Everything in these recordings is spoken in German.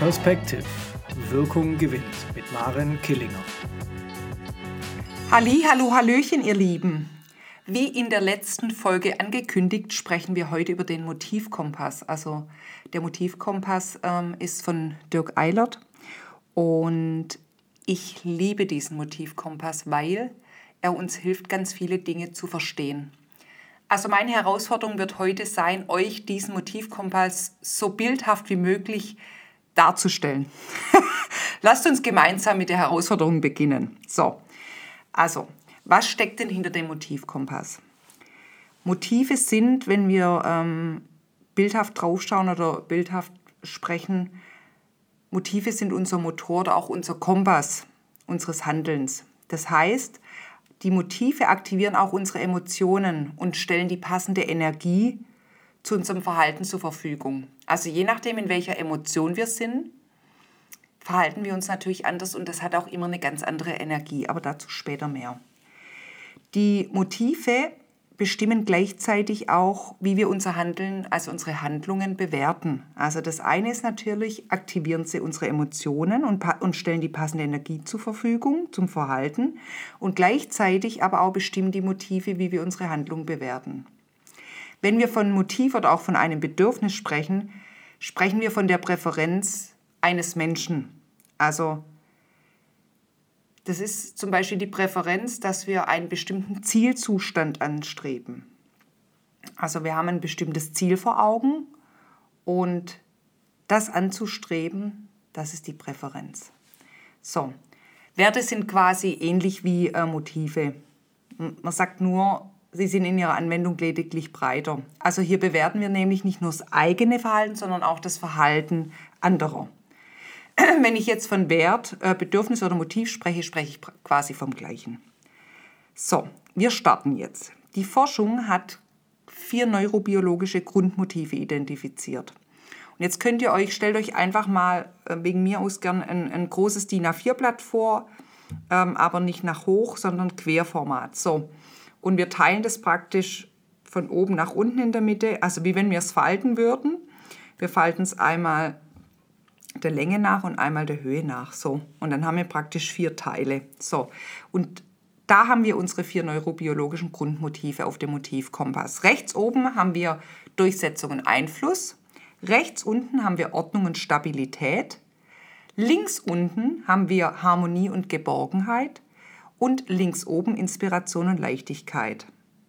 Perspective. Wirkung gewinnt mit Maren Killinger. Hallo, hallöchen, ihr Lieben. Wie in der letzten Folge angekündigt, sprechen wir heute über den Motivkompass. Also der Motivkompass ist von Dirk Eilert und ich liebe diesen Motivkompass, weil er uns hilft, ganz viele Dinge zu verstehen. Also meine Herausforderung wird heute sein, euch diesen Motivkompass so bildhaft wie möglich darzustellen. Lasst uns gemeinsam mit der Herausforderung beginnen. So, also, was steckt denn hinter dem Motivkompass? Motive sind, wenn wir bildhaft draufschauen oder bildhaft sprechen, Motive sind unser Motor oder auch unser Kompass unseres Handelns. Das heißt, die Motive aktivieren auch unsere Emotionen und stellen die passende Energie zu unserem Verhalten zur Verfügung. Also je nachdem, in welcher Emotion wir sind, verhalten wir uns natürlich anders und das hat auch immer eine ganz andere Energie, aber dazu später mehr. Die Motive bestimmen gleichzeitig auch, wie wir unser Handeln, also unsere Handlungen bewerten. Also das eine ist natürlich, aktivieren sie unsere Emotionen und stellen die passende Energie zur Verfügung zum Verhalten und gleichzeitig aber auch bestimmen die Motive, wie wir unsere Handlung bewerten. Wenn wir von Motiv oder auch von einem Bedürfnis sprechen, sprechen wir von der Präferenz eines Menschen. Also das ist zum Beispiel die Präferenz, dass wir einen bestimmten Zielzustand anstreben. Also wir haben ein bestimmtes Ziel vor Augen und das anzustreben, das ist die Präferenz. So, Werte sind quasi ähnlich wie Motive. Man sagt nur, sie sind in ihrer Anwendung lediglich breiter. Also hier bewerten wir nämlich nicht nur das eigene Verhalten, sondern auch das Verhalten anderer. Wenn ich jetzt von Wert, Bedürfnis oder Motiv spreche, spreche ich quasi vom Gleichen. So, wir starten jetzt. Die Forschung hat 4 neurobiologische Grundmotive identifiziert. Und jetzt stellt euch einfach mal wegen mir aus gern ein großes DIN A4-Blatt vor, aber nicht nach hoch, sondern Querformat. So, und wir teilen das praktisch von oben nach unten in der Mitte, also wie wenn wir es falten würden. Wir falten es einmal der Länge nach und einmal der Höhe nach. So. Und dann haben wir praktisch 4 Teile. So. Und da haben wir unsere 4 neurobiologischen Grundmotive auf dem Motivkompass. Rechts oben haben wir Durchsetzung und Einfluss. Rechts unten haben wir Ordnung und Stabilität. Links unten haben wir Harmonie und Geborgenheit. Und links oben Inspiration und Leichtigkeit.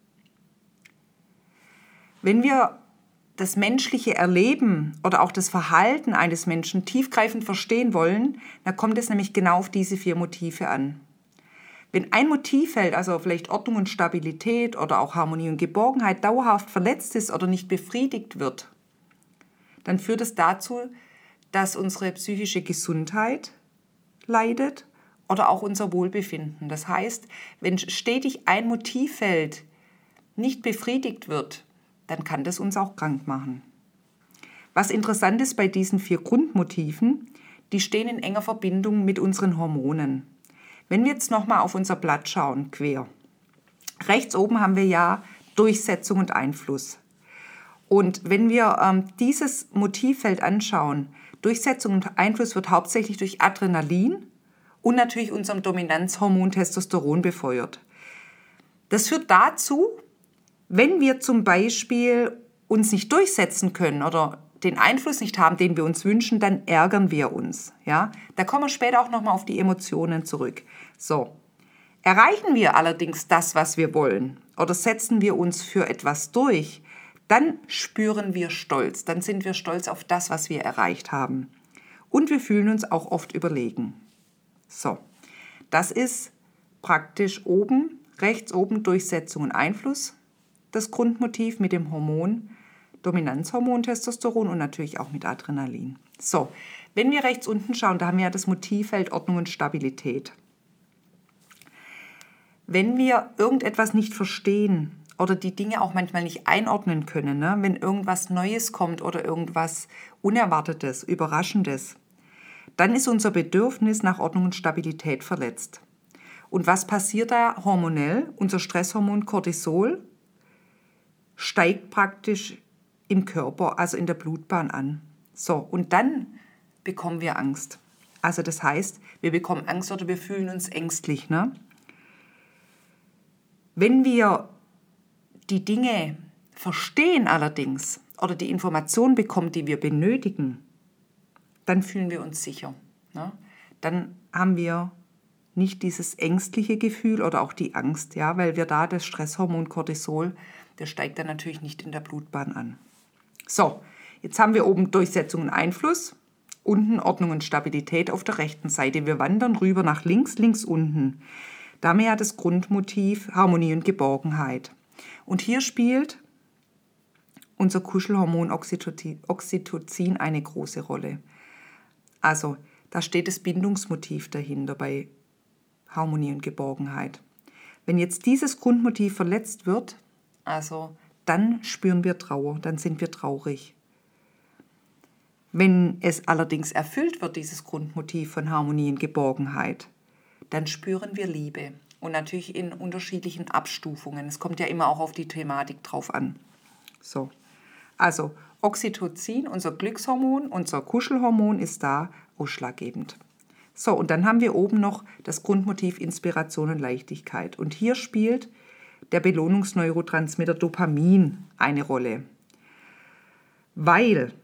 Wenn wir das menschliche Erleben oder auch das Verhalten eines Menschen tiefgreifend verstehen wollen, dann kommt es nämlich genau auf diese 4 Motive an. Wenn ein Motivfeld, also vielleicht Ordnung und Stabilität oder auch Harmonie und Geborgenheit, dauerhaft verletzt ist oder nicht befriedigt wird, dann führt es dazu, dass unsere psychische Gesundheit leidet oder auch unser Wohlbefinden. Das heißt, wenn stetig ein Motivfeld nicht befriedigt wird, dann kann das uns auch krank machen. Was interessant ist bei diesen 4 Grundmotiven, die stehen in enger Verbindung mit unseren Hormonen. Wenn wir jetzt nochmal auf unser Blatt schauen, quer. Rechts oben haben wir ja Durchsetzung und Einfluss. Und wenn wir dieses Motivfeld anschauen, Durchsetzung und Einfluss wird hauptsächlich durch Adrenalin und natürlich unserem Dominanzhormon Testosteron befeuert. Das führt dazu, wenn wir zum Beispiel uns nicht durchsetzen können oder den Einfluss nicht haben, den wir uns wünschen, dann ärgern wir uns. Ja? Da kommen wir später auch nochmal auf die Emotionen zurück. So. Erreichen wir allerdings das, was wir wollen, oder setzen wir uns für etwas durch, dann spüren wir Stolz. Dann sind wir stolz auf das, was wir erreicht haben. Und wir fühlen uns auch oft überlegen. So. Das ist praktisch oben, rechts oben Durchsetzung und Einfluss. Das Grundmotiv mit dem Hormon, Dominanzhormon Testosteron und natürlich auch mit Adrenalin. So, wenn wir rechts unten schauen, da haben wir ja das Motivfeld Ordnung und Stabilität. Wenn wir irgendetwas nicht verstehen oder die Dinge auch manchmal nicht einordnen können, ne? Wenn irgendwas Neues kommt oder irgendwas Unerwartetes, Überraschendes, dann ist unser Bedürfnis nach Ordnung und Stabilität verletzt. Und was passiert da hormonell? Unser Stresshormon Cortisol steigt praktisch im Körper, also in der Blutbahn an. So, und dann bekommen wir Angst. Also das heißt, wir bekommen Angst oder wir fühlen uns ängstlich. Ne? Wenn wir die Dinge verstehen allerdings oder die Informationen bekommen, die wir benötigen, dann fühlen wir uns sicher. Ne? Dann haben wir nicht dieses ängstliche Gefühl oder auch die Angst, ja, weil wir da das Stresshormon Cortisol, der steigt dann natürlich nicht in der Blutbahn an. So, jetzt haben wir oben Durchsetzung und Einfluss, unten Ordnung und Stabilität auf der rechten Seite. Wir wandern rüber nach links, links unten. Da haben wir ja das Grundmotiv Harmonie und Geborgenheit. Und hier spielt unser Kuschelhormon Oxytocin eine große Rolle. Also da steht das Bindungsmotiv dahinter bei Harmonie und Geborgenheit. Wenn jetzt dieses Grundmotiv verletzt wird, also dann spüren wir Trauer, dann sind wir traurig. Wenn es allerdings erfüllt wird, dieses Grundmotiv von Harmonie und Geborgenheit, dann spüren wir Liebe. Und natürlich in unterschiedlichen Abstufungen. Es kommt ja immer auch auf die Thematik drauf an. So. Also Oxytocin, unser Glückshormon, unser Kuschelhormon ist da ausschlaggebend. So, und dann haben wir oben noch das Grundmotiv Inspiration und Leichtigkeit. Und hier spielt der Belohnungsneurotransmitter Dopamin eine Rolle. Weil,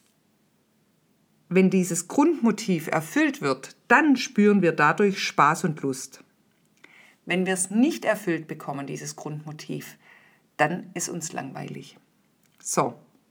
wenn dieses Grundmotiv erfüllt wird, dann spüren wir dadurch Spaß und Lust. Wenn wir es nicht erfüllt bekommen, dieses Grundmotiv, dann ist uns langweilig. So,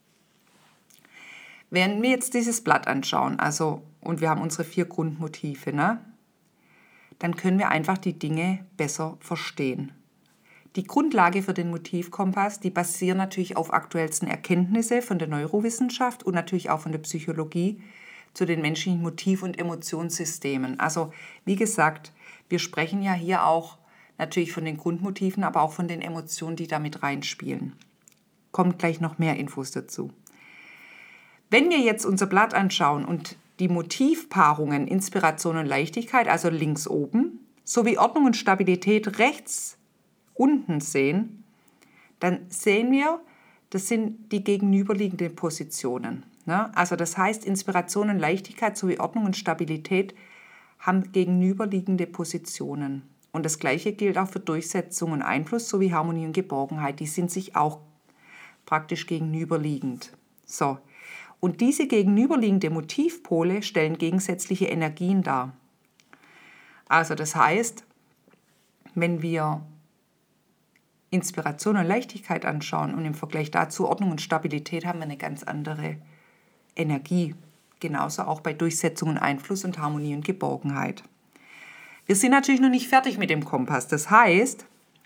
wenn wir jetzt dieses Blatt anschauen, und wir haben unsere 4 Grundmotive, ne, dann können wir einfach die Dinge besser verstehen. Die Grundlage für den Motivkompass, die basiert natürlich auf aktuellsten Erkenntnissen von der Neurowissenschaft und natürlich auch von der Psychologie zu den menschlichen Motiv- und Emotionssystemen. Also wie gesagt, wir sprechen ja hier auch natürlich von den Grundmotiven, aber auch von den Emotionen, die damit reinspielen. Kommt gleich noch mehr Infos dazu. Wenn wir jetzt unser Blatt anschauen und die Motivpaarungen Inspiration und Leichtigkeit, also links oben, sowie Ordnung und Stabilität rechts unten sehen, dann sehen wir, das sind die gegenüberliegenden Positionen. Ne? Also das heißt, Inspiration und Leichtigkeit sowie Ordnung und Stabilität haben gegenüberliegende Positionen. Und das Gleiche gilt auch für Durchsetzung und Einfluss sowie Harmonie und Geborgenheit. Die sind sich auch praktisch gegenüberliegend. So. Und diese gegenüberliegenden Motivpole stellen gegensätzliche Energien dar. Also das heißt, wenn wir Inspiration und Leichtigkeit anschauen und im Vergleich dazu Ordnung und Stabilität, haben wir eine ganz andere Energie. Genauso auch bei Durchsetzung und Einfluss und Harmonie und Geborgenheit. Wir sind natürlich noch nicht fertig mit dem Kompass. Das heißt,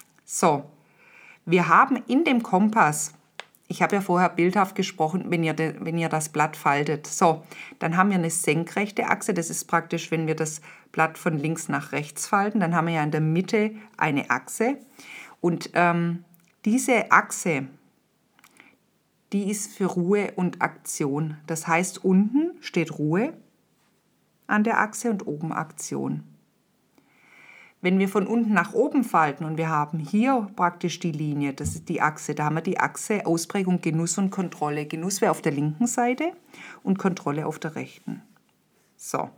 wir haben in dem Kompass, ich habe ja vorher bildhaft gesprochen, wenn ihr das Blatt faltet, dann haben wir eine senkrechte Achse. Das ist praktisch, wenn wir das Blatt von links nach rechts falten, dann haben wir ja in der Mitte eine Achse. Und diese Achse, die ist für Ruhe und Aktion. Das heißt, unten steht Ruhe an der Achse und oben Aktion. Wenn wir von unten nach oben falten und wir haben hier praktisch die Linie, das ist die Achse, da haben wir die Achse Ausprägung, Genuss und Kontrolle. Genuss wäre auf der linken Seite und Kontrolle auf der rechten. So.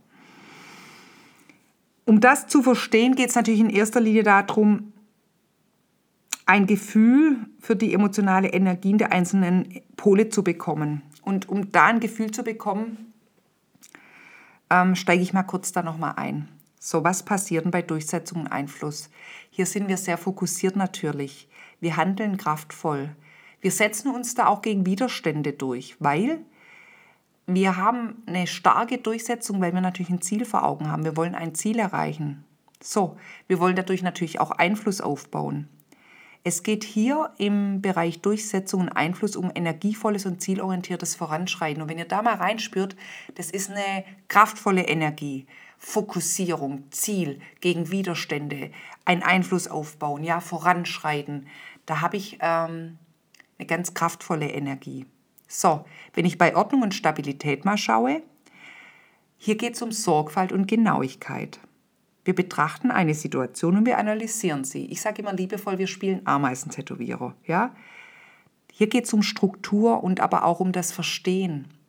Um das zu verstehen, geht es natürlich in erster Linie darum, ein Gefühl für die emotionale Energien der einzelnen Pole zu bekommen. Und um da ein Gefühl zu bekommen, steige ich mal kurz da nochmal ein. So, was passiert denn bei Durchsetzung und Einfluss? Hier sind wir sehr fokussiert natürlich. Wir handeln kraftvoll. Wir setzen uns da auch gegen Widerstände durch, weil wir haben eine starke Durchsetzung, weil wir natürlich ein Ziel vor Augen haben. Wir wollen ein Ziel erreichen. So, wir wollen dadurch natürlich auch Einfluss aufbauen. Es geht hier im Bereich Durchsetzung und Einfluss um energievolles und zielorientiertes Voranschreiten. Und wenn ihr da mal reinspürt, das ist eine kraftvolle Energie. Fokussierung, Ziel, gegen Widerstände, einen Einfluss aufbauen, ja, voranschreiten. Da habe ich eine ganz kraftvolle Energie. So, wenn ich bei Ordnung und Stabilität mal schaue, hier geht es um Sorgfalt und Genauigkeit. Wir betrachten eine Situation und wir analysieren sie. Ich sage immer liebevoll, wir spielen Ameisentätowierer. Ja? Hier geht es um Struktur und aber auch um das Verstehen.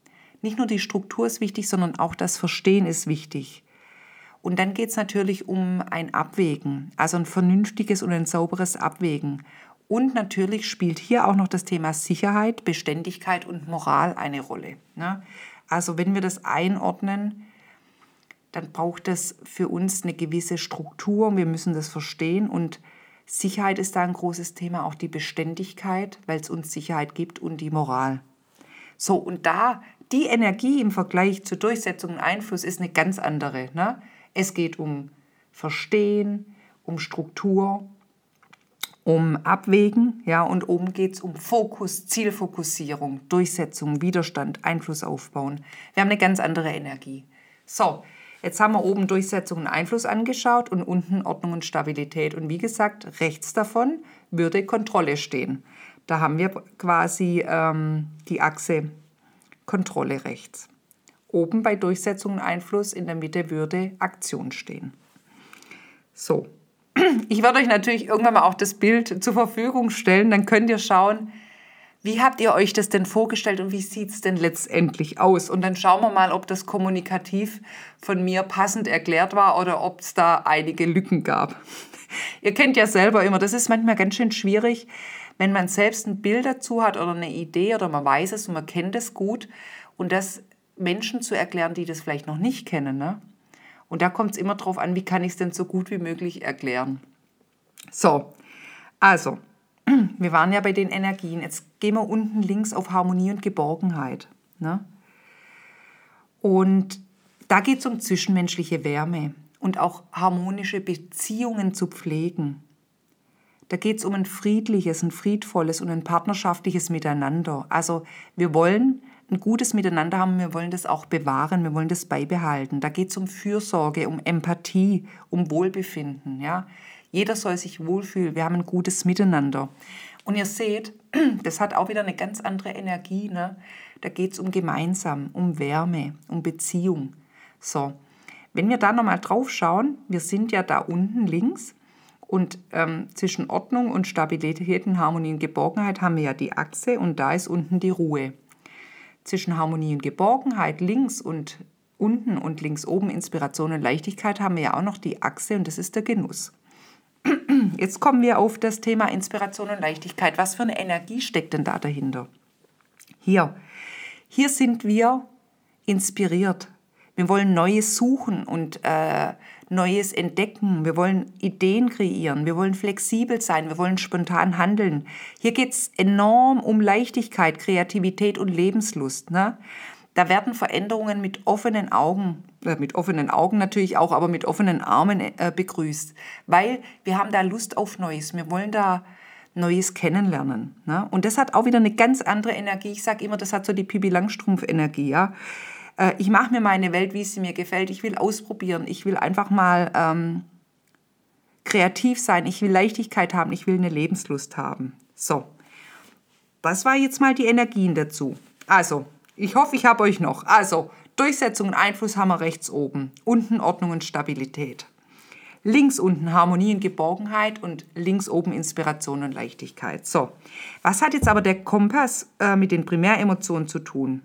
nicht nur die Struktur ist wichtig, sondern auch das Verstehen ist wichtig. Und dann geht es natürlich um ein Abwägen, also ein vernünftiges und ein sauberes Abwägen. Und natürlich spielt hier auch noch das Thema Sicherheit, Beständigkeit und Moral eine Rolle. Ne? Also wenn wir das einordnen, dann braucht es für uns eine gewisse Struktur. Wir müssen das verstehen und Sicherheit ist da ein großes Thema, auch die Beständigkeit, weil es uns Sicherheit gibt und die Moral. So, und da die Energie im Vergleich zur Durchsetzung und Einfluss ist eine ganz andere. Ne? Es geht um Verstehen, um Struktur, um Abwägen, ja, und oben geht es um Fokus, Zielfokussierung, Durchsetzung, Widerstand, Einfluss aufbauen. Wir haben eine ganz andere Energie. So, jetzt haben wir oben Durchsetzung und Einfluss angeschaut und unten Ordnung und Stabilität. Und wie gesagt, rechts davon würde Kontrolle stehen. Da haben wir quasi die Achse Kontrolle rechts. Oben bei Durchsetzung und Einfluss in der Mitte würde Aktion stehen. So, ich werde euch natürlich irgendwann mal auch das Bild zur Verfügung stellen. Dann könnt ihr schauen, wie habt ihr euch das denn vorgestellt und wie sieht es denn letztendlich aus? Und dann schauen wir mal, ob das kommunikativ von mir passend erklärt war oder ob es da einige Lücken gab. Ihr kennt ja selber immer, das ist manchmal ganz schön schwierig, wenn man selbst ein Bild dazu hat oder eine Idee oder man weiß es und man kennt es gut und das Menschen zu erklären, die das vielleicht noch nicht kennen. Ne? Und da kommt es immer drauf an, wie kann ich es denn so gut wie möglich erklären. So, also, wir waren ja bei den Energien. Jetzt gehen wir unten links auf Harmonie und Geborgenheit. Ne? Und da geht es um zwischenmenschliche Wärme und auch harmonische Beziehungen zu pflegen. Da geht es um ein friedliches, ein friedvolles und ein partnerschaftliches Miteinander. Also wir wollen ein gutes Miteinander haben, wir wollen das auch bewahren, wir wollen das beibehalten. Da geht es um Fürsorge, um Empathie, um Wohlbefinden. Ja? Jeder soll sich wohlfühlen, wir haben ein gutes Miteinander. Und ihr seht, das hat auch wieder eine ganz andere Energie. Ne? Da geht es um gemeinsam, um Wärme, um Beziehung. So, wenn wir da nochmal drauf schauen, wir sind ja da unten links und zwischen Ordnung und Stabilität und Harmonie und Geborgenheit haben wir ja die Achse und da ist unten die Ruhe. Zwischen Harmonie und Geborgenheit links und unten und links oben Inspiration und Leichtigkeit haben wir ja auch noch die Achse und das ist der Genuss. Jetzt kommen wir auf das Thema Inspiration und Leichtigkeit. Was für eine Energie steckt denn da dahinter? Hier sind wir inspiriert. Wir wollen Neues suchen und Neues entdecken. Wir wollen Ideen kreieren. Wir wollen flexibel sein. Wir wollen spontan handeln. Hier geht es enorm um Leichtigkeit, Kreativität und Lebenslust. Ne? Da werden Veränderungen mit offenen Augen natürlich auch, aber mit offenen Armen begrüßt. Weil wir haben da Lust auf Neues. Wir wollen da Neues kennenlernen. Ne? Und das hat auch wieder eine ganz andere Energie. Ich sage immer, das hat so die Pippi-Langstrumpf-Energie. Ja? Ich mache mir meine Welt, wie sie mir gefällt. Ich will ausprobieren. Ich will einfach mal kreativ sein. Ich will Leichtigkeit haben. Ich will eine Lebenslust haben. So, das war jetzt mal die Energien dazu. Also, ich hoffe, ich habe euch noch. Also, Durchsetzung und Einfluss haben wir rechts oben. Unten Ordnung und Stabilität. Links unten Harmonie und Geborgenheit und links oben Inspiration und Leichtigkeit. So, was hat jetzt aber der Kompass mit den Primäremotionen zu tun?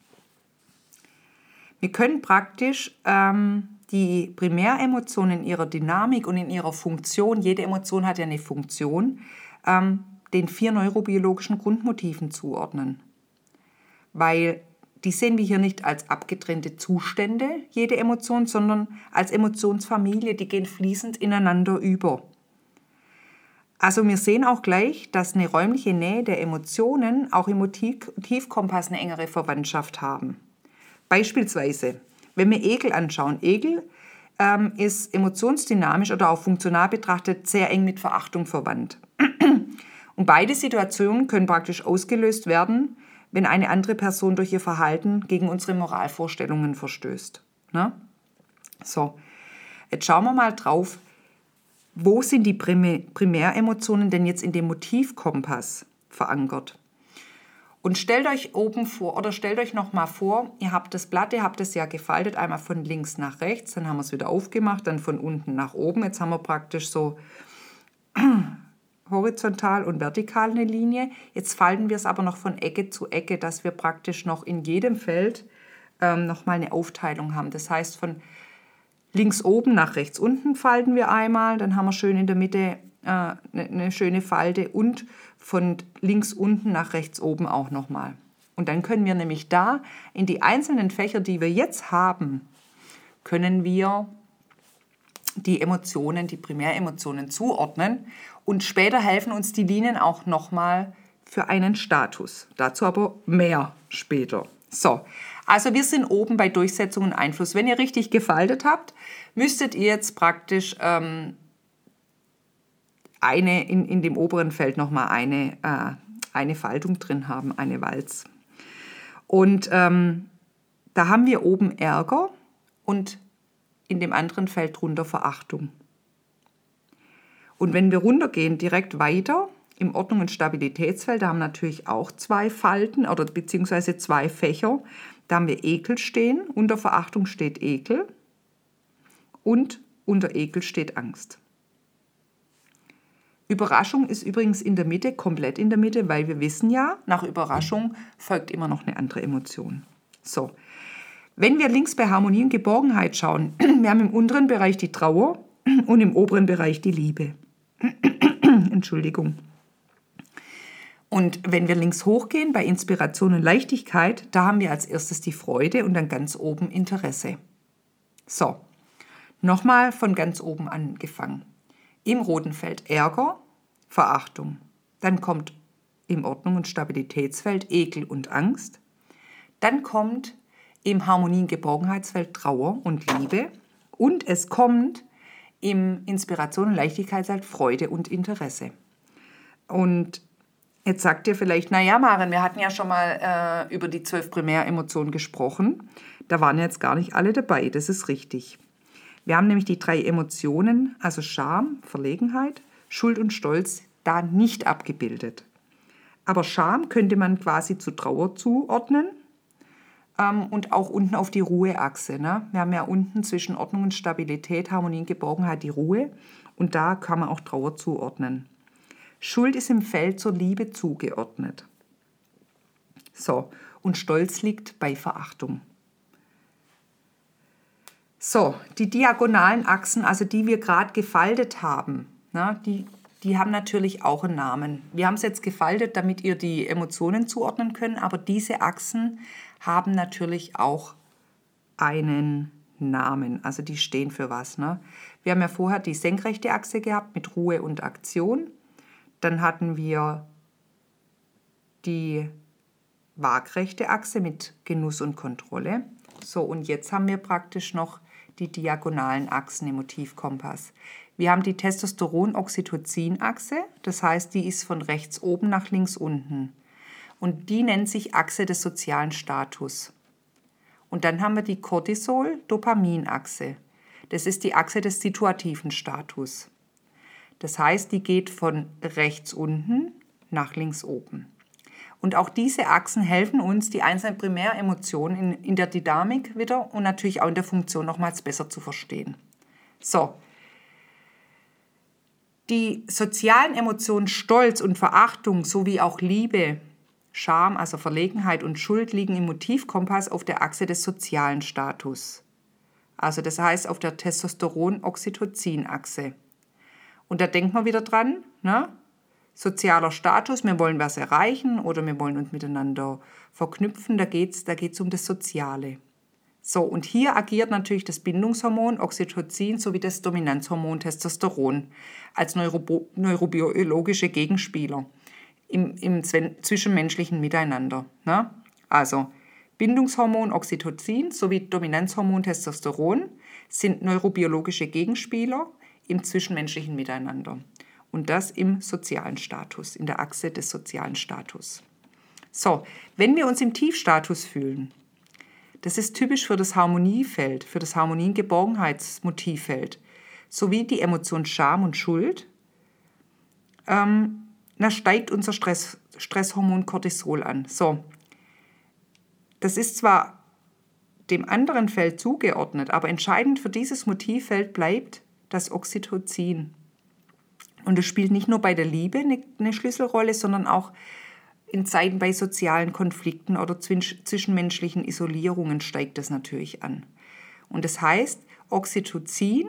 Wir können praktisch die Primäremotionen in ihrer Dynamik und in ihrer Funktion, jede Emotion hat ja eine Funktion, den 4 neurobiologischen Grundmotiven zuordnen. Weil die sehen wir hier nicht als abgetrennte Zustände, jede Emotion, sondern als Emotionsfamilie, die gehen fließend ineinander über. Also wir sehen auch gleich, dass eine räumliche Nähe der Emotionen auch im Motivkompass eine engere Verwandtschaft haben. Beispielsweise, wenn wir Ekel anschauen, Ekel ist emotionsdynamisch oder auch funktional betrachtet sehr eng mit Verachtung verwandt. Und beide Situationen können praktisch ausgelöst werden, wenn eine andere Person durch ihr Verhalten gegen unsere Moralvorstellungen verstößt. Ne? So, jetzt schauen wir mal drauf, wo sind die Primäremotionen denn jetzt in dem Motivkompass verankert? Und stellt euch oben vor, oder stellt euch nochmal vor, ihr habt das Blatt, ihr habt es ja gefaltet, einmal von links nach rechts, dann haben wir es wieder aufgemacht, dann von unten nach oben. Jetzt haben wir praktisch so horizontal und vertikal eine Linie. Jetzt falten wir es aber noch von Ecke zu Ecke, dass wir praktisch noch in jedem Feld nochmal eine Aufteilung haben. Das heißt, von links oben nach rechts unten falten wir einmal, dann haben wir schön in der Mitte eine schöne Falte und von links unten nach rechts oben auch nochmal. Und dann können wir nämlich da in die einzelnen Fächer, die wir jetzt haben, können wir die Emotionen, die Primäremotionen zuordnen und später helfen uns die Linien auch nochmal für einen Status. Dazu aber mehr später. So, also wir sind oben bei Durchsetzung und Einfluss. Wenn ihr richtig gefaltet habt, müsstet ihr jetzt praktisch in dem oberen Feld nochmal eine Faltung drin haben, eine Walz. Und da haben wir oben Ärger und in dem anderen Feld drunter Verachtung. Und wenn wir runtergehen, direkt weiter, im Ordnung- und Stabilitätsfeld, da haben wir natürlich auch 2 Falten oder beziehungsweise 2 Fächer. Da haben wir Ekel stehen, unter Verachtung steht Ekel und unter Ekel steht Angst. Überraschung ist übrigens in der Mitte, komplett in der Mitte, weil wir wissen ja, nach Überraschung folgt immer noch eine andere Emotion. So, wenn wir links bei Harmonie und Geborgenheit schauen, wir haben im unteren Bereich die Trauer und im oberen Bereich die Liebe. Entschuldigung. Und wenn wir links hochgehen bei Inspiration und Leichtigkeit, da haben wir als erstes die Freude und dann ganz oben Interesse. So, nochmal von ganz oben angefangen. Im roten Feld Ärger, Verachtung. Dann kommt im Ordnung- und Stabilitätsfeld Ekel und Angst. Dann kommt im Harmonie- und Geborgenheitsfeld Trauer und Liebe. Und es kommt im Inspiration- und Leichtigkeitsfeld Freude und Interesse. Und jetzt sagt ihr vielleicht, naja, Maren, wir hatten ja schon mal über die 12 Primäremotionen gesprochen. Da waren jetzt gar nicht alle dabei, das ist richtig. Wir haben nämlich die 3 Emotionen, also Scham, Verlegenheit, Schuld und Stolz, da nicht abgebildet. Aber Scham könnte man quasi zu Trauer zuordnen und auch unten auf die Ruheachse. Ne? Wir haben ja unten zwischen Ordnung und Stabilität, Harmonie und Geborgenheit die Ruhe und da kann man auch Trauer zuordnen. Schuld ist im Feld zur Liebe zugeordnet. So, und Stolz liegt bei Verachtung. So, die diagonalen Achsen, also die wir gerade gefaltet haben, ne, die haben natürlich auch einen Namen. Wir haben es jetzt gefaltet, damit ihr die Emotionen zuordnen könnt, aber diese Achsen haben natürlich auch einen Namen, also die stehen für was. Ne? Wir haben ja vorher die senkrechte Achse gehabt mit Ruhe und Aktion. Dann hatten wir die waagrechte Achse mit Genuss und Kontrolle. So, und jetzt haben wir praktisch noch die diagonalen Achsen im Motivkompass. Wir haben die Testosteron-Oxytocin-Achse, das heißt, die ist von rechts oben nach links unten. Und die nennt sich Achse des sozialen Status. Und dann haben wir die Cortisol-Dopamin-Achse. Das ist die Achse des situativen Status. Das heißt, die geht von rechts unten nach links oben. Und auch diese Achsen helfen uns, die einzelnen Primäremotionen in der Dynamik wieder und natürlich auch in der Funktion nochmals besser zu verstehen. So, die sozialen Emotionen Stolz und Verachtung sowie auch Liebe, Scham, also Verlegenheit und Schuld liegen im Motivkompass auf der Achse des sozialen Status. Also das heißt auf der Testosteron-Oxytocin-Achse. Und da denkt man wieder dran, ne? Sozialer Status, wir wollen was erreichen oder wir wollen uns miteinander verknüpfen, da geht's um das Soziale. So, und hier agiert natürlich das Bindungshormon Oxytocin sowie das Dominanzhormon Testosteron als neurobiologische Gegenspieler im zwischenmenschlichen Miteinander. Ne? Also Bindungshormon Oxytocin sowie Dominanzhormon Testosteron sind neurobiologische Gegenspieler im zwischenmenschlichen Miteinander. Und das im sozialen Status, in der Achse des sozialen Status. So, wenn wir uns im Tiefstatus fühlen, das ist typisch für das Harmoniefeld, für das Harmonien-Geborgenheitsmotivfeld, sowie die Emotion Scham und Schuld, da steigt unser Stresshormon Cortisol an. So, das ist zwar dem anderen Feld zugeordnet, aber entscheidend für dieses Motivfeld bleibt das Oxytocin. Und es spielt nicht nur bei der Liebe eine Schlüsselrolle, sondern auch in Zeiten bei sozialen Konflikten oder zwischenmenschlichen Isolierungen steigt das natürlich an. Und das heißt, Oxytocin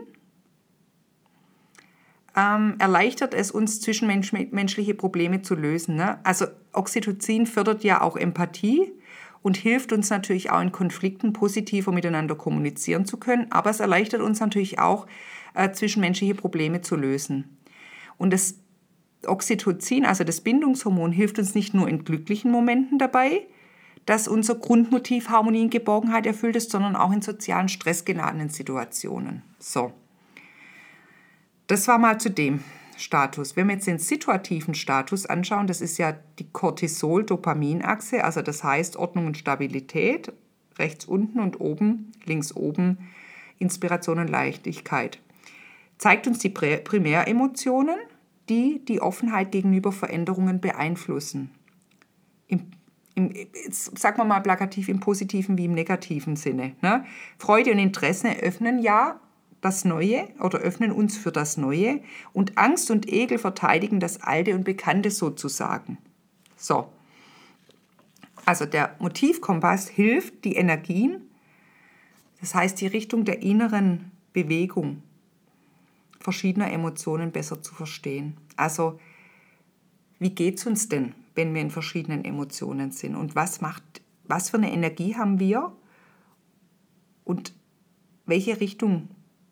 erleichtert es uns, zwischenmenschliche Probleme zu lösen. Ne? Also Oxytocin fördert ja auch Empathie und hilft uns natürlich auch in Konflikten positiver miteinander kommunizieren zu können, aber es erleichtert uns natürlich auch, zwischenmenschliche Probleme zu lösen. Und das Oxytocin, also das Bindungshormon, hilft uns nicht nur in glücklichen Momenten dabei, dass unser Grundmotiv Harmonie und Geborgenheit erfüllt ist, sondern auch in sozialen stressgeladenen Situationen. So, das war mal zu dem Status. Wenn wir jetzt den situativen Status anschauen, das ist ja die Cortisol-Dopamin-Achse, also das heißt Ordnung und Stabilität, rechts unten und oben, links oben, Inspiration und Leichtigkeit. Zeigt uns die Primäremotionen, die die Offenheit gegenüber Veränderungen beeinflussen. Sagen wir mal plakativ, im positiven wie im negativen Sinne. Ne? Freude und Interesse öffnen ja das Neue oder öffnen uns für das Neue und Angst und Ekel verteidigen das Alte und Bekannte sozusagen. So, also der Motivkompass hilft, die Energien, das heißt die Richtung der inneren Bewegung verschiedener Emotionen besser zu verstehen. Also, wie geht es uns denn, wenn wir in verschiedenen Emotionen sind? Und was für eine Energie haben wir? Und welche Richtung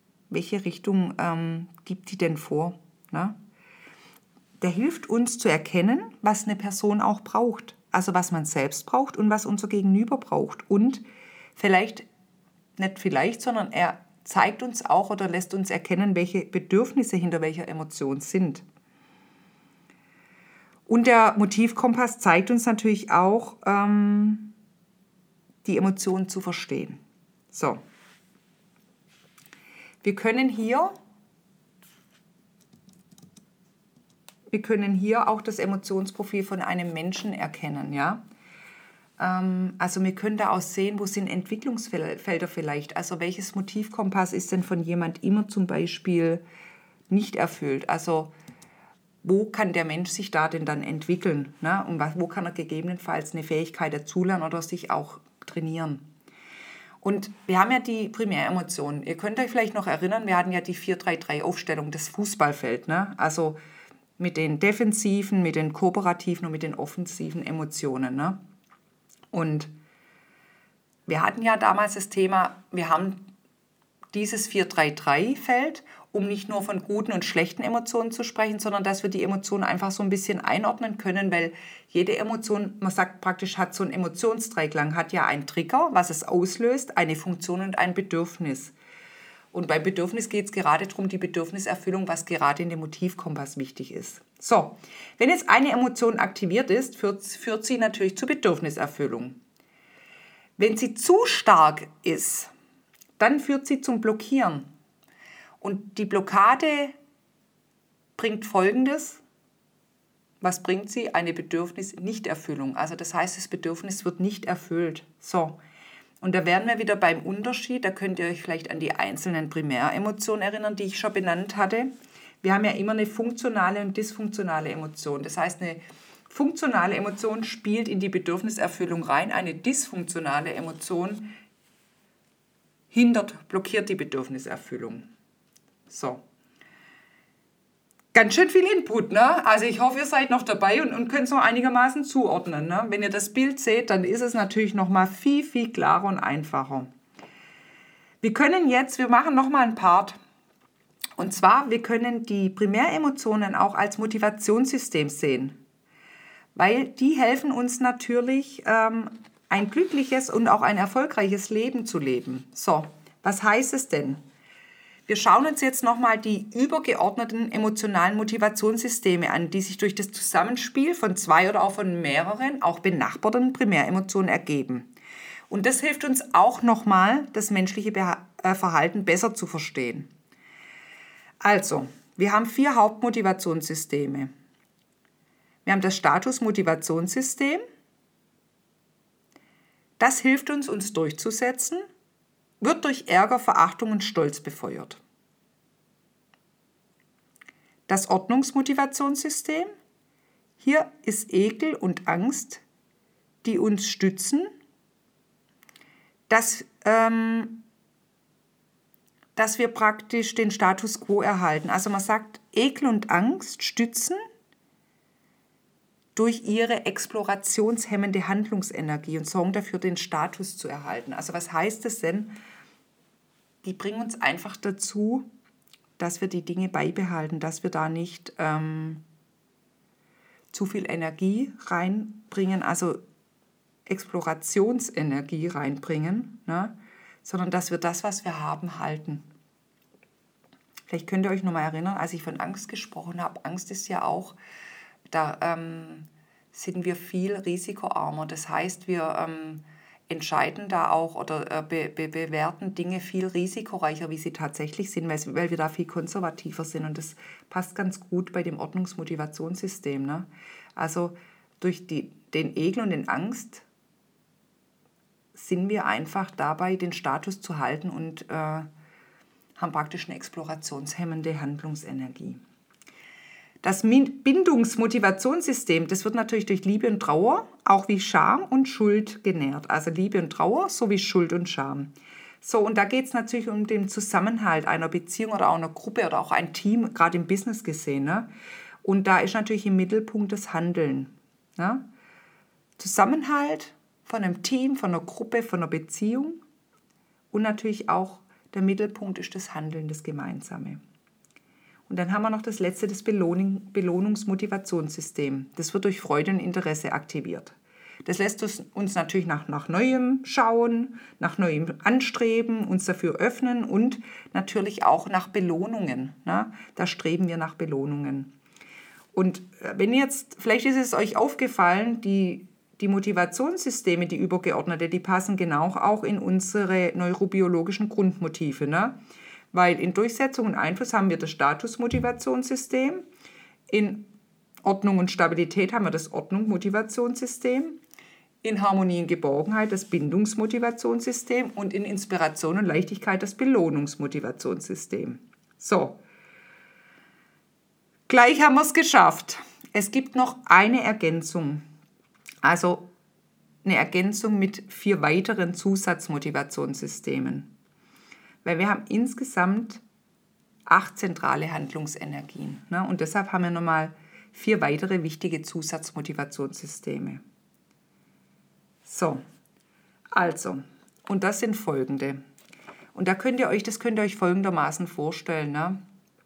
gibt die denn vor? Ne? Der hilft uns zu erkennen, was eine Person auch braucht. Also was man selbst braucht und was unser Gegenüber braucht. Und sondern er zeigt uns auch oder lässt uns erkennen, welche Bedürfnisse hinter welcher Emotion sind. Und der Motivkompass zeigt uns natürlich auch, die Emotionen zu verstehen. So. Wir können hier auch das Emotionsprofil von einem Menschen erkennen, ja. Also wir können da auch sehen, wo sind Entwicklungsfelder vielleicht. Also welches Motivkompass ist denn von jemand immer zum Beispiel nicht erfüllt? Also wo kann der Mensch sich da denn dann entwickeln? Ne? Und wo kann er gegebenenfalls eine Fähigkeit dazulernen oder sich auch trainieren? Und wir haben ja die Primäremotionen. Ihr könnt euch vielleicht noch erinnern, wir hatten ja die 4-3-3-Aufstellung, das Fußballfeld. Ne? Also mit den defensiven, mit den kooperativen und mit den offensiven Emotionen. Ne? Und wir hatten ja damals das Thema, wir haben dieses 4-3-3-Feld, um nicht nur von guten und schlechten Emotionen zu sprechen, sondern dass wir die Emotionen einfach so ein bisschen einordnen können, weil jede Emotion, man sagt praktisch, hat so einen Emotionsdreiklang, hat ja einen Trigger, was es auslöst, eine Funktion und ein Bedürfnis. Und beim Bedürfnis geht es gerade darum, die Bedürfniserfüllung, was gerade in dem Motivkompass wichtig ist. So, wenn jetzt eine Emotion aktiviert ist, führt sie natürlich zur Bedürfniserfüllung. Wenn sie zu stark ist, dann führt sie zum Blockieren. Und die Blockade bringt Folgendes. Was bringt sie? Eine Bedürfnisnichterfüllung. Also das heißt, das Bedürfnis wird nicht erfüllt. So. Und da wären wir wieder beim Unterschied. Da könnt ihr euch vielleicht an die einzelnen Primäremotionen erinnern, die ich schon benannt hatte. Wir haben ja immer eine funktionale und dysfunktionale Emotion. Das heißt, eine funktionale Emotion spielt in die Bedürfniserfüllung rein. Eine dysfunktionale Emotion blockiert die Bedürfniserfüllung. So. Ganz schön viel Input, ne? Also ich hoffe, ihr seid noch dabei und könnt es noch einigermaßen zuordnen. Ne? Wenn ihr das Bild seht, dann ist es natürlich noch mal viel, viel klarer und einfacher. Wir machen noch mal einen Part. Und zwar, wir können die Primäremotionen auch als Motivationssystem sehen. Weil die helfen uns natürlich, ein glückliches und auch ein erfolgreiches Leben zu leben. So, was heißt es denn? Wir schauen uns jetzt nochmal die übergeordneten emotionalen Motivationssysteme an, die sich durch das Zusammenspiel von zwei oder auch von mehreren, auch benachbarten Primäremotionen ergeben. Und das hilft uns auch nochmal, das menschliche Verhalten besser zu verstehen. Also, wir haben 4 Hauptmotivationssysteme. Wir haben das Status-Motivationssystem. Das hilft uns, uns durchzusetzen, wird durch Ärger, Verachtung und Stolz befeuert. Das Ordnungsmotivationssystem Hier ist Ekel und Angst, die uns stützen, dass wir praktisch den Status quo erhalten. Also man sagt, Ekel und Angst stützen durch ihre explorationshemmende Handlungsenergie und sorgen dafür, den Status zu erhalten. Also was heißt das denn? Die bringen uns einfach dazu, dass wir die Dinge beibehalten, dass wir da nicht zu viel Energie reinbringen, also Explorationsenergie reinbringen, ne? Sondern dass wir das, was wir haben, halten. Vielleicht könnt ihr euch noch mal erinnern, als ich von Angst gesprochen habe. Angst ist ja auch, da sind wir viel risikoarmer. Das heißt, wir entscheiden da auch oder bewerten Dinge viel risikoreicher, wie sie tatsächlich sind, weil wir da viel konservativer sind. Und das passt ganz gut bei dem Ordnungsmotivationssystem, ne? Also durch den Ekel und den Angst sind wir einfach dabei, den Status zu halten und haben praktisch eine explorationshemmende Handlungsenergie. Das Bindungsmotivationssystem, das wird natürlich durch Liebe und Trauer, auch wie Scham und Schuld genährt. Also Liebe und Trauer sowie Schuld und Scham. So, und da geht es natürlich um den Zusammenhalt einer Beziehung oder auch einer Gruppe oder auch ein Team, gerade im Business gesehen, ne? Und da ist natürlich im Mittelpunkt das Handeln, ne? Zusammenhalt von einem Team, von einer Gruppe, von einer Beziehung und natürlich auch der Mittelpunkt ist das Handeln, das Gemeinsame. Und dann haben wir noch das letzte, das Belohnungsmotivationssystem. Das wird durch Freude und Interesse aktiviert. Das lässt uns natürlich nach Neuem schauen, nach Neuem anstreben, uns dafür öffnen und natürlich auch nach Belohnungen, ne? Da streben wir nach Belohnungen. Und wenn jetzt, vielleicht ist es euch aufgefallen, die Motivationssysteme, die übergeordnete, die passen genau auch in unsere neurobiologischen Grundmotive, ne? Weil in Durchsetzung und Einfluss haben wir das Statusmotivationssystem, in Ordnung und Stabilität haben wir das Ordnung-Motivationssystem, in Harmonie und Geborgenheit das Bindungsmotivationssystem und in Inspiration und Leichtigkeit das Belohnungsmotivationssystem. So, gleich haben wir es geschafft. Es gibt noch eine Ergänzung, also eine Ergänzung mit 4 weiteren Zusatzmotivationssystemen. Weil wir haben insgesamt 8 zentrale Handlungsenergien, ne? Und deshalb haben wir nochmal 4 weitere wichtige Zusatzmotivationssysteme. So, also, und das sind folgende. Und das könnt ihr euch folgendermaßen vorstellen, ne?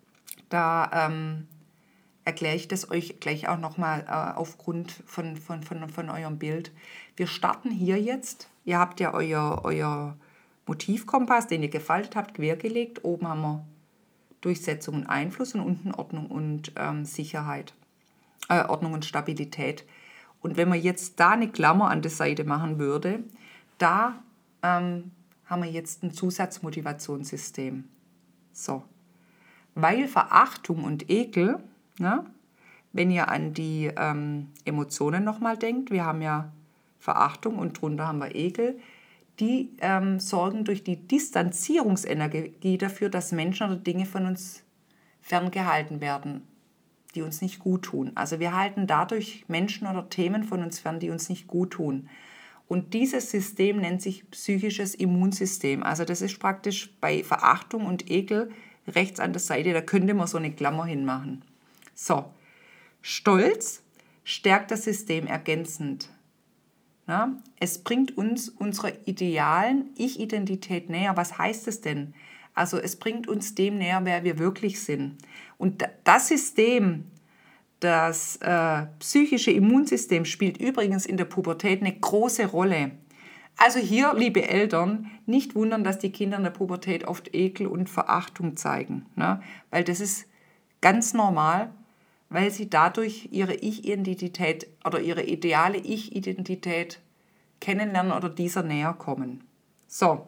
Da erkläre ich das euch gleich auch nochmal aufgrund von eurem Bild. Wir starten hier jetzt, ihr habt ja euer Motivkompass, den ihr gefaltet habt, quergelegt. Oben haben wir Durchsetzung und Einfluss und unten Ordnung und Sicherheit, Ordnung und Stabilität. Und wenn man jetzt da eine Klammer an der Seite machen würde, da haben wir jetzt ein Zusatzmotivationssystem. So, weil Verachtung und Ekel, ne, wenn ihr an die Emotionen nochmal denkt, wir haben ja Verachtung und drunter haben wir Ekel, die sorgen durch die Distanzierungsenergie dafür, dass Menschen oder Dinge von uns ferngehalten werden, die uns nicht gut tun. Also wir halten dadurch Menschen oder Themen von uns fern, die uns nicht gut tun. Und dieses System nennt sich psychisches Immunsystem. Also das ist praktisch bei Verachtung und Ekel rechts an der Seite, da könnte man so eine Klammer hinmachen. So, Stolz stärkt das System ergänzend. Ja, es bringt uns unserer idealen Ich-Identität näher. Was heißt es denn? Also es bringt uns dem näher, wer wir wirklich sind. Und das System, das psychische Immunsystem, spielt übrigens in der Pubertät eine große Rolle. Also hier, liebe Eltern, nicht wundern, dass die Kinder in der Pubertät oft Ekel und Verachtung zeigen, ne? Weil das ist ganz normal, weil sie dadurch ihre Ich-Identität oder ihre ideale Ich-Identität kennenlernen oder dieser näher kommen. So,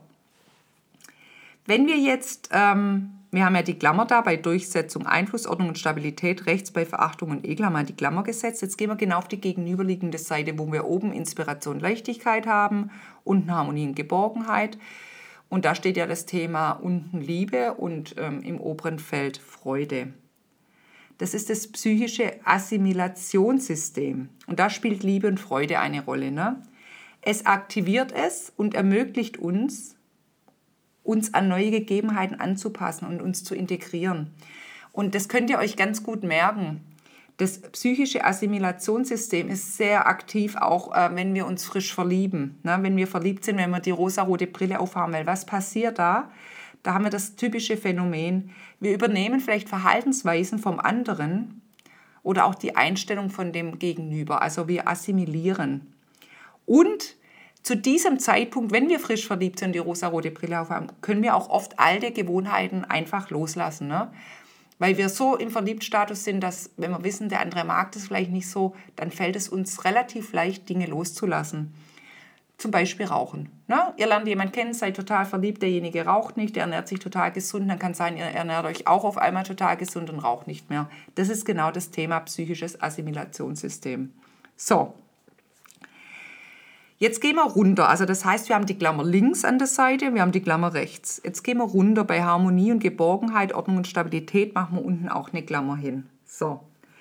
wenn wir jetzt, wir haben ja die Klammer da bei Durchsetzung, Einfluss, Ordnung und Stabilität, rechts bei Verachtung und Ekel haben wir die Klammer gesetzt. Jetzt gehen wir genau auf die gegenüberliegende Seite, wo wir oben Inspiration, Leichtigkeit haben, unten Harmonie und Geborgenheit. Und da steht ja das Thema unten Liebe und im oberen Feld Freude. Das ist das psychische Assimilationssystem. Und da spielt Liebe und Freude eine Rolle. Ne? Es aktiviert es und ermöglicht uns an neue Gegebenheiten anzupassen und uns zu integrieren. Und das könnt ihr euch ganz gut merken. Das psychische Assimilationssystem ist sehr aktiv, auch wenn wir uns frisch verlieben. Ne? Wenn wir verliebt sind, wenn wir die rosarote Brille aufhaben. Weil was passiert da? Da haben wir das typische Phänomen. Wir übernehmen vielleicht Verhaltensweisen vom anderen oder auch die Einstellung von dem Gegenüber. Also wir assimilieren. Und zu diesem Zeitpunkt, wenn wir frisch verliebt sind und die rosarote Brille aufhaben, können wir auch oft alte Gewohnheiten einfach loslassen. Ne? Weil wir so im Verliebtstatus sind, dass, wenn wir wissen, der andere mag das vielleicht nicht so, dann fällt es uns relativ leicht, Dinge loszulassen. Zum Beispiel Rauchen. Ne? Ihr lernt jemanden kennen, seid total verliebt, derjenige raucht nicht, der ernährt sich total gesund, dann kann es sein, ihr ernährt euch auch auf einmal total gesund und raucht nicht mehr. Das ist genau das Thema psychisches Assimilationssystem. So, jetzt gehen wir runter. Also das heißt, wir haben die Klammer links an der Seite, wir haben die Klammer rechts. Jetzt gehen wir runter bei Harmonie und Geborgenheit, Ordnung und Stabilität, machen wir unten auch eine Klammer hin. So.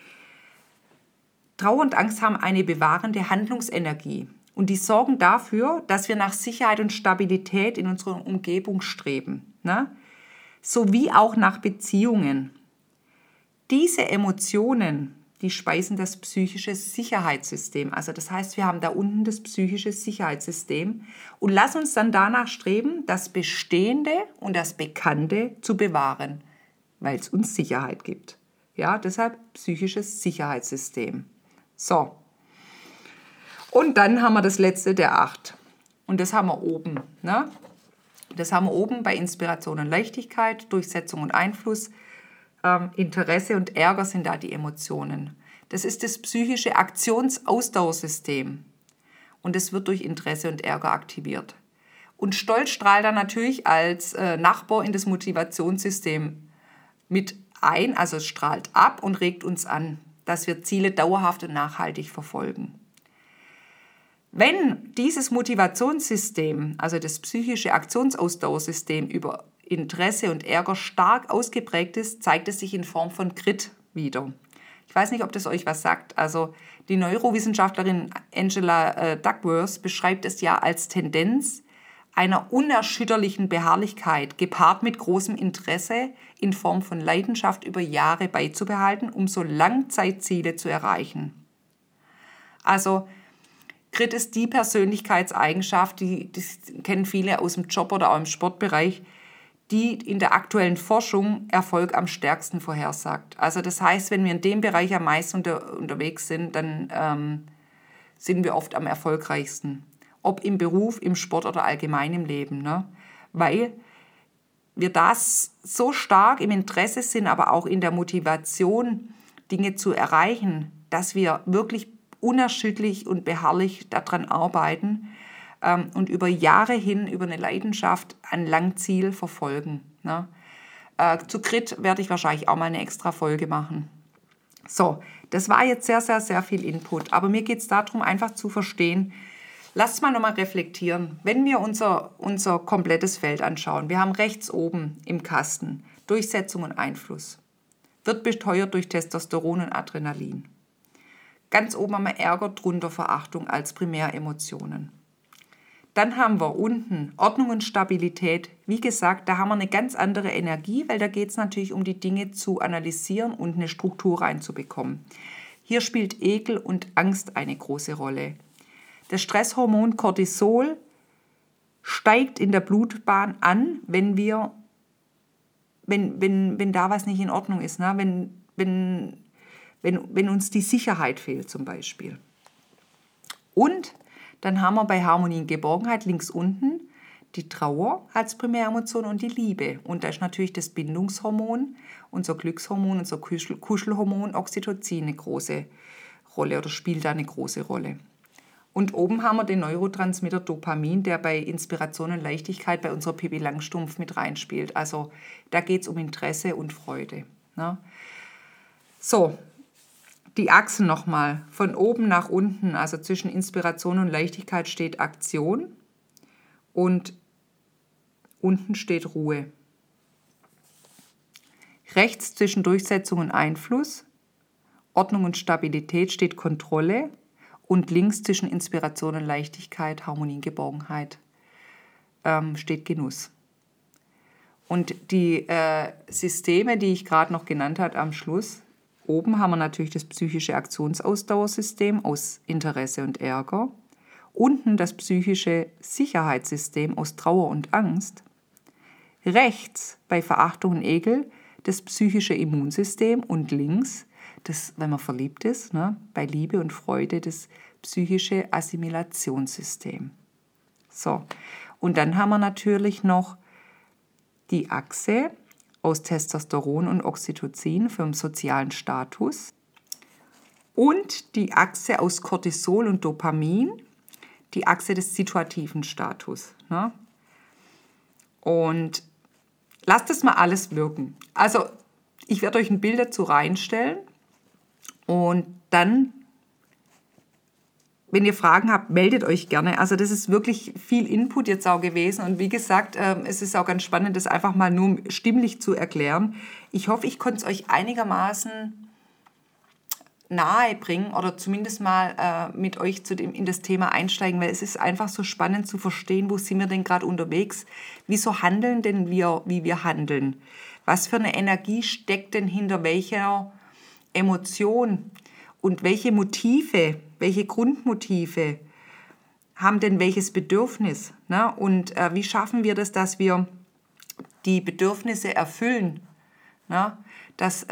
Trauer und Angst haben eine bewahrende Handlungsenergie. Und die sorgen dafür, dass wir nach Sicherheit und Stabilität in unserer Umgebung streben. Ne? Sowie auch nach Beziehungen. Diese Emotionen, die speisen das psychische Sicherheitssystem. Also das heißt, wir haben da unten das psychische Sicherheitssystem und lassen uns dann danach streben, das Bestehende und das Bekannte zu bewahren, weil es uns Sicherheit gibt. Ja, deshalb psychisches Sicherheitssystem. So. Und dann haben wir das letzte der 8. Und das haben wir oben. Ne? Das haben wir oben bei Inspiration und Leichtigkeit, Durchsetzung und Einfluss. Interesse und Ärger sind da die Emotionen. Das ist das psychische Aktionsausdauersystem. Und es wird durch Interesse und Ärger aktiviert. Und Stolz strahlt dann natürlich als Nachbar in das Motivationssystem mit ein, also es strahlt ab und regt uns an, dass wir Ziele dauerhaft und nachhaltig verfolgen. Wenn dieses Motivationssystem, also das psychische Aktionsausdauersystem über Interesse und Ärger stark ausgeprägt ist, zeigt es sich in Form von Grit wieder. Ich weiß nicht, ob das euch was sagt. Also die Neurowissenschaftlerin Angela Duckworth beschreibt es ja als Tendenz einer unerschütterlichen Beharrlichkeit, gepaart mit großem Interesse in Form von Leidenschaft über Jahre beizubehalten, um so Langzeitziele zu erreichen. Also Grit ist die Persönlichkeitseigenschaft, die kennen viele aus dem Job oder auch im Sportbereich, die in der aktuellen Forschung Erfolg am stärksten vorhersagt. Also das heißt, wenn wir in dem Bereich am meisten unterwegs sind, dann sind wir oft am erfolgreichsten. Ob im Beruf, im Sport oder allgemein im Leben. Ne? Weil wir das so stark im Interesse sind, aber auch in der Motivation, Dinge zu erreichen, dass wir wirklich unerschütterlich und beharrlich daran arbeiten und über Jahre hin, über eine Leidenschaft, ein Langziel verfolgen. Ne? Zu Grit werde ich wahrscheinlich auch mal eine extra Folge machen. So, das war jetzt sehr, sehr, sehr viel Input. Aber mir geht es darum, einfach zu verstehen, lasst mal nochmal reflektieren. Wenn wir unser komplettes Feld anschauen, wir haben rechts oben im Kasten Durchsetzung und Einfluss. Wird besteuert durch Testosteron und Adrenalin. Ganz oben haben wir Ärger, drunter Verachtung als Primäremotionen. Dann haben wir unten Ordnung und Stabilität. Wie gesagt, da haben wir eine ganz andere Energie, weil da geht es natürlich um die Dinge zu analysieren und eine Struktur reinzubekommen. Hier spielt Ekel und Angst eine große Rolle. Das Stresshormon Cortisol steigt in der Blutbahn an, wenn da was nicht in Ordnung ist, ne? Wenn uns die Sicherheit fehlt zum Beispiel. Und dann haben wir bei Harmonie und Geborgenheit links unten die Trauer als Primäremotion und die Liebe. Und da ist natürlich das Bindungshormon, unser Glückshormon, unser Kuschelhormon Oxytocin eine große Rolle oder spielt da eine große Rolle. Und oben haben wir den Neurotransmitter Dopamin, der bei Inspiration und Leichtigkeit bei unserer Pippi Langstrumpf mit reinspielt. Also da geht es um Interesse und Freude. Ne? So, die Achsen nochmal, von oben nach unten, also zwischen Inspiration und Leichtigkeit steht Aktion und unten steht Ruhe. Rechts zwischen Durchsetzung und Einfluss Ordnung und Stabilität steht Kontrolle und links zwischen Inspiration und Leichtigkeit, Harmonie und Geborgenheit steht Genuss. Und die Systeme, die ich gerade noch genannt habe am Schluss, oben haben wir natürlich das psychische Aktionsausdauersystem aus Interesse und Ärger, unten das psychische Sicherheitssystem aus Trauer und Angst, rechts bei Verachtung und Ekel das psychische Immunsystem und links, das, wenn man verliebt ist, ne, bei Liebe und Freude das psychische Assimilationssystem. So, und dann haben wir natürlich noch die Achse aus Testosteron und Oxytocin für den sozialen Status und die Achse aus Cortisol und Dopamin, die Achse des situativen Status. Ne? Und lasst es mal alles wirken. Also ich werde euch ein Bild dazu reinstellen und dann, wenn ihr Fragen habt, meldet euch gerne. Also das ist wirklich viel Input jetzt auch gewesen. Und wie gesagt, es ist auch ganz spannend, das einfach mal nur stimmlich zu erklären. Ich hoffe, ich konnte es euch einigermaßen nahe bringen oder zumindest mal mit euch in das Thema einsteigen, weil es ist einfach so spannend zu verstehen, wo sind wir denn gerade unterwegs, wieso handeln denn wir, wie wir handeln, was für eine Energie steckt denn hinter welcher Emotion und welche Motive, welche Grundmotive haben denn welches Bedürfnis, ne? Und wie schaffen wir das, dass wir die Bedürfnisse erfüllen, ne? Dass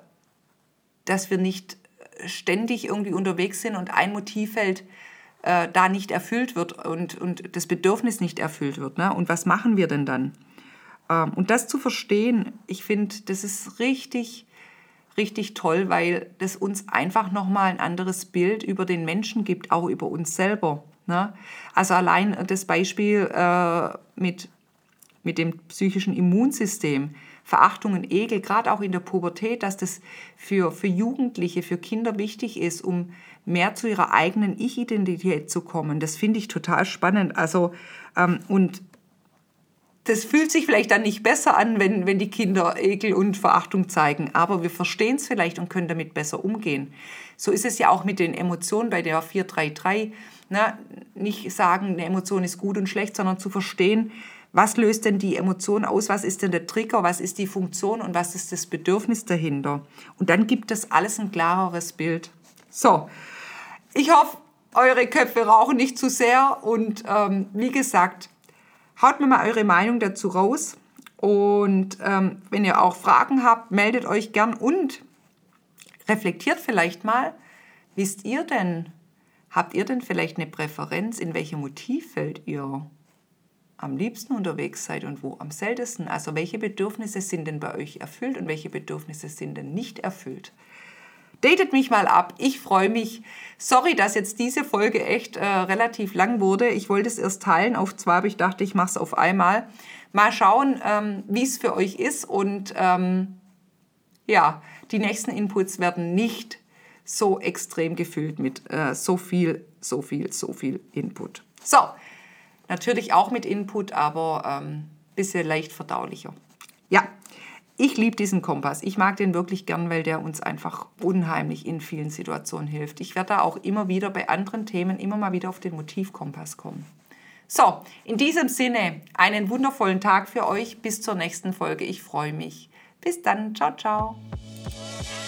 wir nicht ständig irgendwie unterwegs sind und ein Motivfeld da nicht erfüllt wird und das Bedürfnis nicht erfüllt wird. Ne? Und was machen wir denn dann? Und das zu verstehen, ich finde, das ist richtig, richtig toll, weil das uns einfach nochmal ein anderes Bild über den Menschen gibt, auch über uns selber. Ne? Also allein das Beispiel mit dem psychischen Immunsystem, Verachtung und Ekel, gerade auch in der Pubertät, dass das für Jugendliche, für Kinder wichtig ist, um mehr zu ihrer eigenen Ich-Identität zu kommen. Das finde ich total spannend. Also, und das fühlt sich vielleicht dann nicht besser an, wenn die Kinder Ekel und Verachtung zeigen, aber wir verstehen es vielleicht und können damit besser umgehen. So ist es ja auch mit den Emotionen bei der 433. Ne? Nicht sagen, eine Emotion ist gut und schlecht, sondern zu verstehen, was löst denn die Emotion aus, was ist denn der Trigger, was ist die Funktion und was ist das Bedürfnis dahinter. Und dann gibt das alles ein klareres Bild. So, ich hoffe, eure Köpfe rauchen nicht zu sehr und wie gesagt, haut mir mal eure Meinung dazu raus und wenn ihr auch Fragen habt, meldet euch gern und reflektiert vielleicht mal, habt ihr denn vielleicht eine Präferenz, in welchem Motivfeld ihr am liebsten unterwegs seid und wo am seltensten? Also welche Bedürfnisse sind denn bei euch erfüllt und welche Bedürfnisse sind denn nicht erfüllt? Datet mich mal ab, ich freue mich. Sorry, dass jetzt diese Folge echt relativ lang wurde. Ich wollte es erst teilen auf 2, aber ich dachte, ich mache es auf einmal. Mal schauen, wie es für euch ist und ja, die nächsten Inputs werden nicht so extrem gefüllt mit so viel Input. So, natürlich auch mit Input, aber ein bisschen leicht verdaulicher. Ja, ich liebe diesen Kompass. Ich mag den wirklich gern, weil der uns einfach unheimlich in vielen Situationen hilft. Ich werde da auch immer wieder bei anderen Themen immer mal wieder auf den Motivkompass kommen. So, in diesem Sinne, einen wundervollen Tag für euch. Bis zur nächsten Folge. Ich freue mich. Bis dann. Ciao, ciao.